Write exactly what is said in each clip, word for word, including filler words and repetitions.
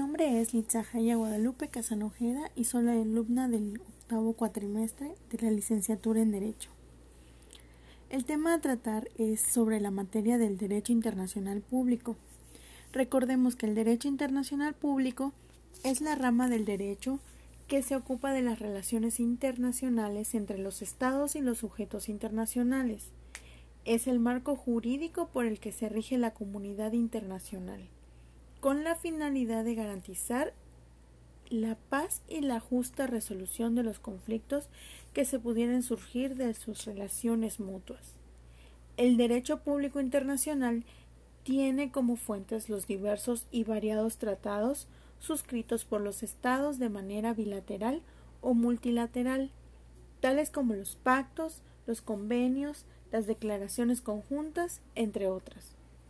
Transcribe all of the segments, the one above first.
nombre es Litzahaya Guadalupe Casano Ojeda y soy la alumna del octavo cuatrimestre de la licenciatura en Derecho. El tema a tratar es sobre la materia del Derecho Internacional Público. Recordemos que el Derecho Internacional Público es la rama del derecho que se ocupa de las relaciones internacionales entre los estados y los sujetos internacionales. Es el marco jurídico por el que se rige la comunidad internacional, con la finalidad de garantizar la paz y la justa resolución de los conflictos que se pudieran surgir de sus relaciones mutuas. El derecho público internacional tiene como fuentes los diversos y variados tratados suscritos por los estados de manera bilateral o multilateral, tales como los pactos, los convenios, las declaraciones conjuntas, entre otras.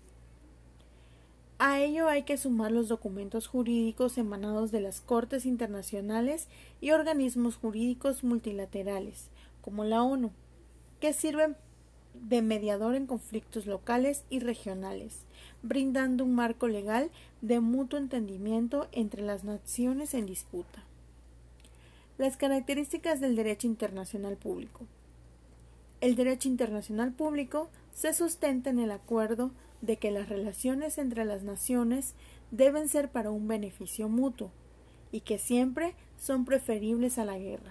A ello hay que sumar los documentos jurídicos emanados de las Cortes Internacionales y organismos jurídicos multilaterales, como la ONU, que sirven de mediador en conflictos locales y regionales, brindando un marco legal de mutuo entendimiento entre las naciones en disputa. Las características del derecho internacional público. El derecho internacional público se sustenta en el acuerdo de que las relaciones entre las naciones deben ser para un beneficio mutuo y que siempre son preferibles a la guerra.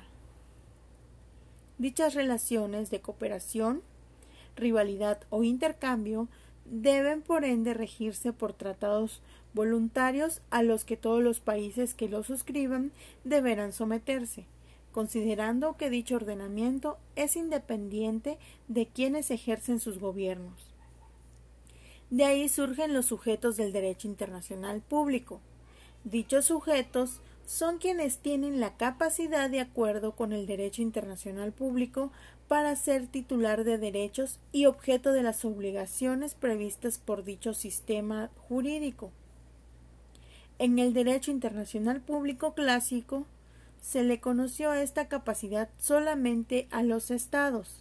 Dichas relaciones de cooperación, rivalidad o intercambio deben por ende regirse por tratados voluntarios a los que todos los países que los suscriban deberán someterse, considerando que dicho ordenamiento es independiente de quienes ejercen sus gobiernos. De ahí surgen los sujetos del derecho internacional público. Dichos sujetos son quienes tienen la capacidad de acuerdo con el derecho internacional público para ser titular de derechos y objeto de las obligaciones previstas por dicho sistema jurídico. En el derecho internacional público clásico se le conoció esta capacidad solamente a los estados,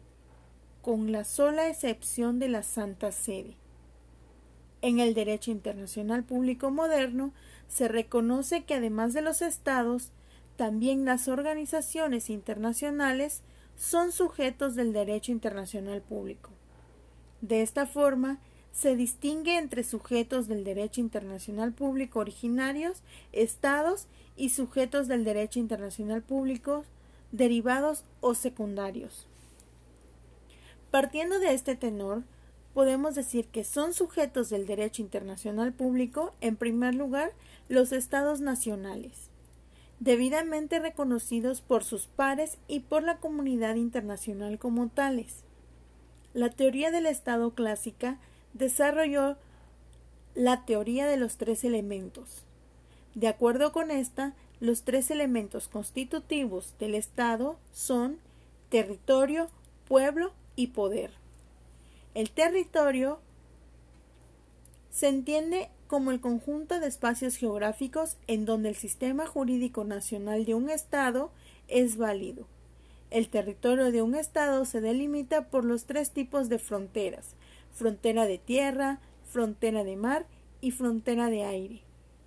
con la sola excepción de la Santa Sede. En el derecho internacional público moderno se reconoce que además de los estados, también las organizaciones internacionales son sujetos del derecho internacional público. De esta forma, se distingue entre sujetos del derecho internacional público originarios, estados y sujetos del derecho internacional público derivados o secundarios. Partiendo de este tenor, podemos decir que son sujetos del derecho internacional público, en primer lugar, los estados nacionales, debidamente reconocidos por sus pares y por la comunidad internacional como tales. La teoría del Estado clásica desarrolló la teoría de los tres elementos. De acuerdo con esta, los tres elementos constitutivos del Estado son territorio, pueblo y poder. El territorio se entiende como el conjunto de espacios geográficos en donde el sistema jurídico nacional de un Estado es válido. El territorio de un Estado se delimita por los tres tipos de fronteras: frontera de tierra, frontera de mar y frontera de aire.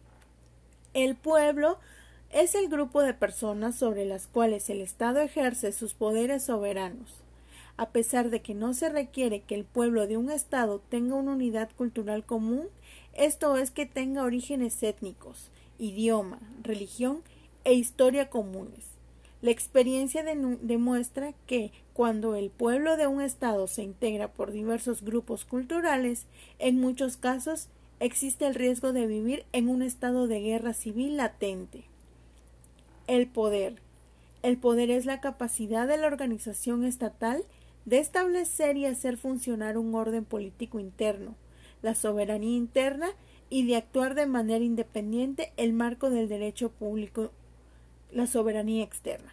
El pueblo es el grupo de personas sobre las cuales el Estado ejerce sus poderes soberanos. A pesar de que no se requiere que el pueblo de un estado tenga una unidad cultural común, esto es que tenga orígenes étnicos, idioma, religión e historia comunes. La experiencia de- demuestra que cuando el pueblo de un estado se integra por diversos grupos culturales, en muchos casos existe el riesgo de vivir en un estado de guerra civil latente. El poder. El poder es la capacidad de la organización estatal de establecer y hacer funcionar un orden político interno, la soberanía interna y de actuar de manera independiente el marco del derecho público, la soberanía externa.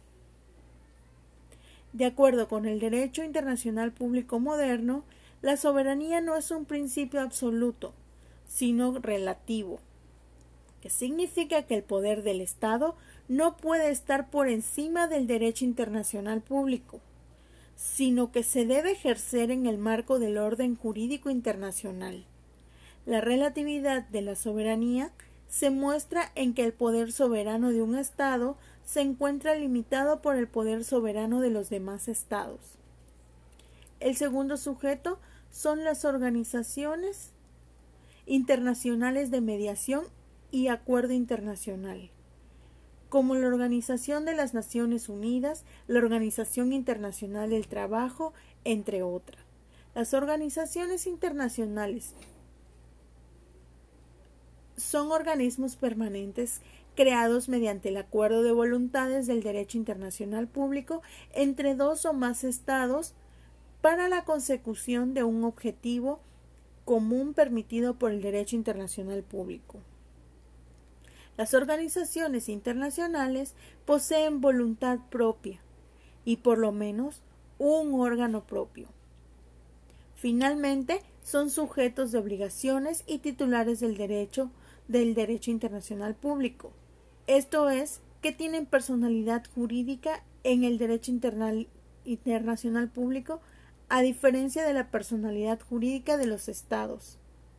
De acuerdo con el derecho internacional público moderno, la soberanía no es un principio absoluto, sino relativo, que significa que el poder del Estado no puede estar por encima del derecho internacional público, sino que se debe ejercer en el marco del orden jurídico internacional. La relatividad de la soberanía se muestra en que el poder soberano de un Estado se encuentra limitado por el poder soberano de los demás Estados. El segundo sujeto son las organizaciones internacionales de mediación y acuerdo internacional, como la Organización de las Naciones Unidas, la Organización Internacional del Trabajo, entre otras. Las organizaciones internacionales son organismos permanentes creados mediante el acuerdo de voluntades del derecho internacional público entre dos o más estados para la consecución de un objetivo común permitido por el derecho internacional público. Las organizaciones internacionales poseen voluntad propia y por lo menos un órgano propio. Finalmente, son sujetos de obligaciones y titulares del derecho del derecho internacional público. Esto es, que tienen personalidad jurídica en el derecho internal, internacional público, a diferencia de la personalidad jurídica de los estados.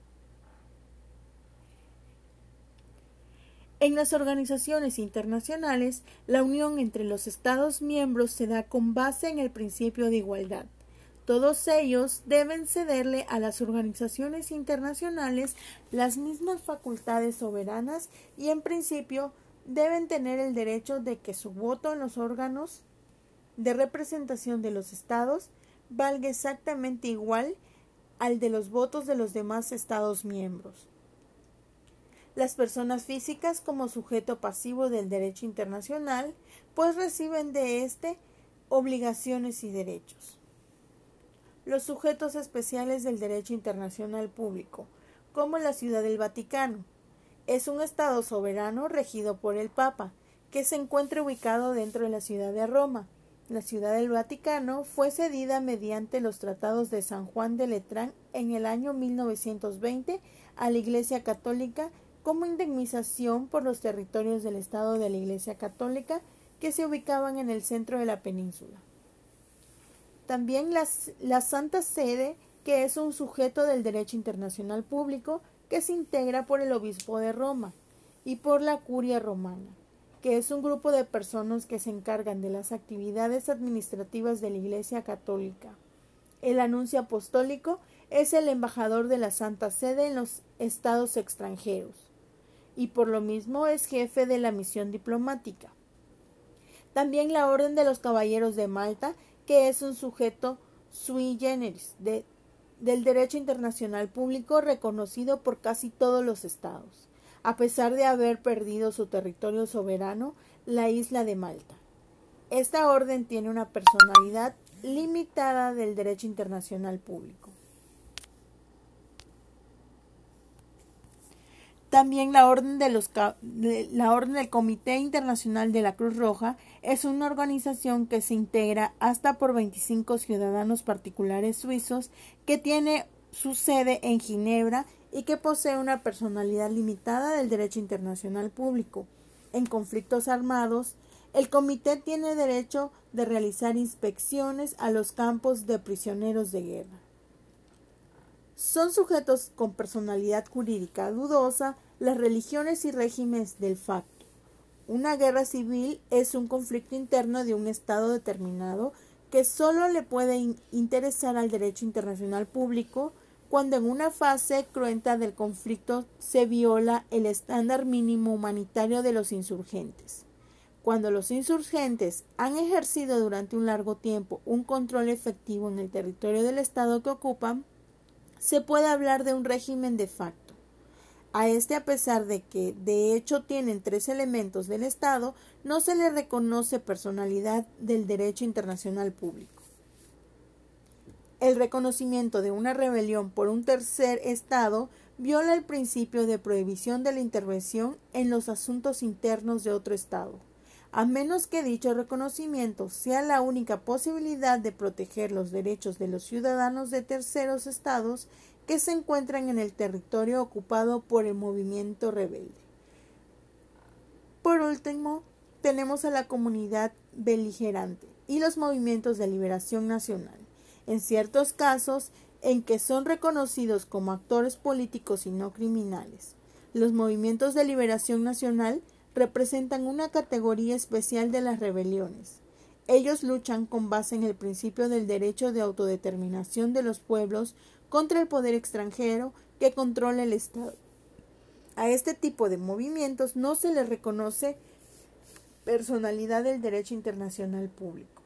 En las organizaciones internacionales, la unión entre los estados miembros se da con base en el principio de igualdad. Todos ellos deben cederle a las organizaciones internacionales las mismas facultades soberanas y, en principio, deben tener el derecho de que su voto en los órganos de representación de los estados valga exactamente igual al de los votos de los demás estados miembros. Las personas físicas, como sujeto pasivo del derecho internacional, pues reciben de éste obligaciones y derechos. Los sujetos especiales del derecho internacional público, como la Ciudad del Vaticano, es un estado soberano regido por el Papa, que se encuentra ubicado dentro de la ciudad de Roma. La Ciudad del Vaticano fue cedida mediante los tratados de San Juan de Letrán en el año mil novecientos veinte a la Iglesia Católica como indemnización por los territorios del Estado de la Iglesia Católica que se ubicaban en el centro de la península. También las, la Santa Sede, que es un sujeto del derecho internacional público que se integra por el Obispo de Roma y por la Curia Romana, que es un grupo de personas que se encargan de las actividades administrativas de la Iglesia Católica. El anuncio apostólico es el embajador de la Santa Sede en los estados extranjeros y por lo mismo es jefe de la misión diplomática. También la Orden de los Caballeros de Malta, que es un sujeto sui generis de, del derecho internacional público reconocido por casi todos los estados, a pesar de haber perdido su territorio soberano, la isla de Malta. Esta orden tiene una personalidad limitada del derecho internacional público. También la orden, de los, de, la orden del Comité Internacional de la Cruz Roja es una organización que se integra hasta por veinticinco ciudadanos particulares suizos que tiene su sede en Ginebra y que posee una personalidad limitada del derecho internacional público. En conflictos armados, el comité tiene derecho de realizar inspecciones a los campos de prisioneros de guerra. Son sujetos con personalidad jurídica dudosa las religiones y regímenes del facto. Una guerra civil es un conflicto interno de un estado determinado que solo le puede in- interesar al derecho internacional público cuando en una fase cruenta del conflicto se viola el estándar mínimo humanitario de los insurgentes. Cuando los insurgentes han ejercido durante un largo tiempo un control efectivo en el territorio del estado que ocupan, se puede hablar de un régimen de facto. A este, a pesar de que de hecho tienen tres elementos del Estado, no se le reconoce personalidad del derecho internacional público. El reconocimiento de una rebelión por un tercer Estado viola el principio de prohibición de la intervención en los asuntos internos de otro Estado, a menos que dicho reconocimiento sea la única posibilidad de proteger los derechos de los ciudadanos de terceros estados que se encuentran en el territorio ocupado por el movimiento rebelde. Por último, tenemos a la comunidad beligerante y los movimientos de liberación nacional, en ciertos casos en que son reconocidos como actores políticos y no criminales. Los movimientos de liberación nacional representan una categoría especial de las rebeliones. Ellos luchan con base en el principio del derecho de autodeterminación de los pueblos contra el poder extranjero que controla el Estado. A este tipo de movimientos no se les reconoce personalidad del derecho internacional público.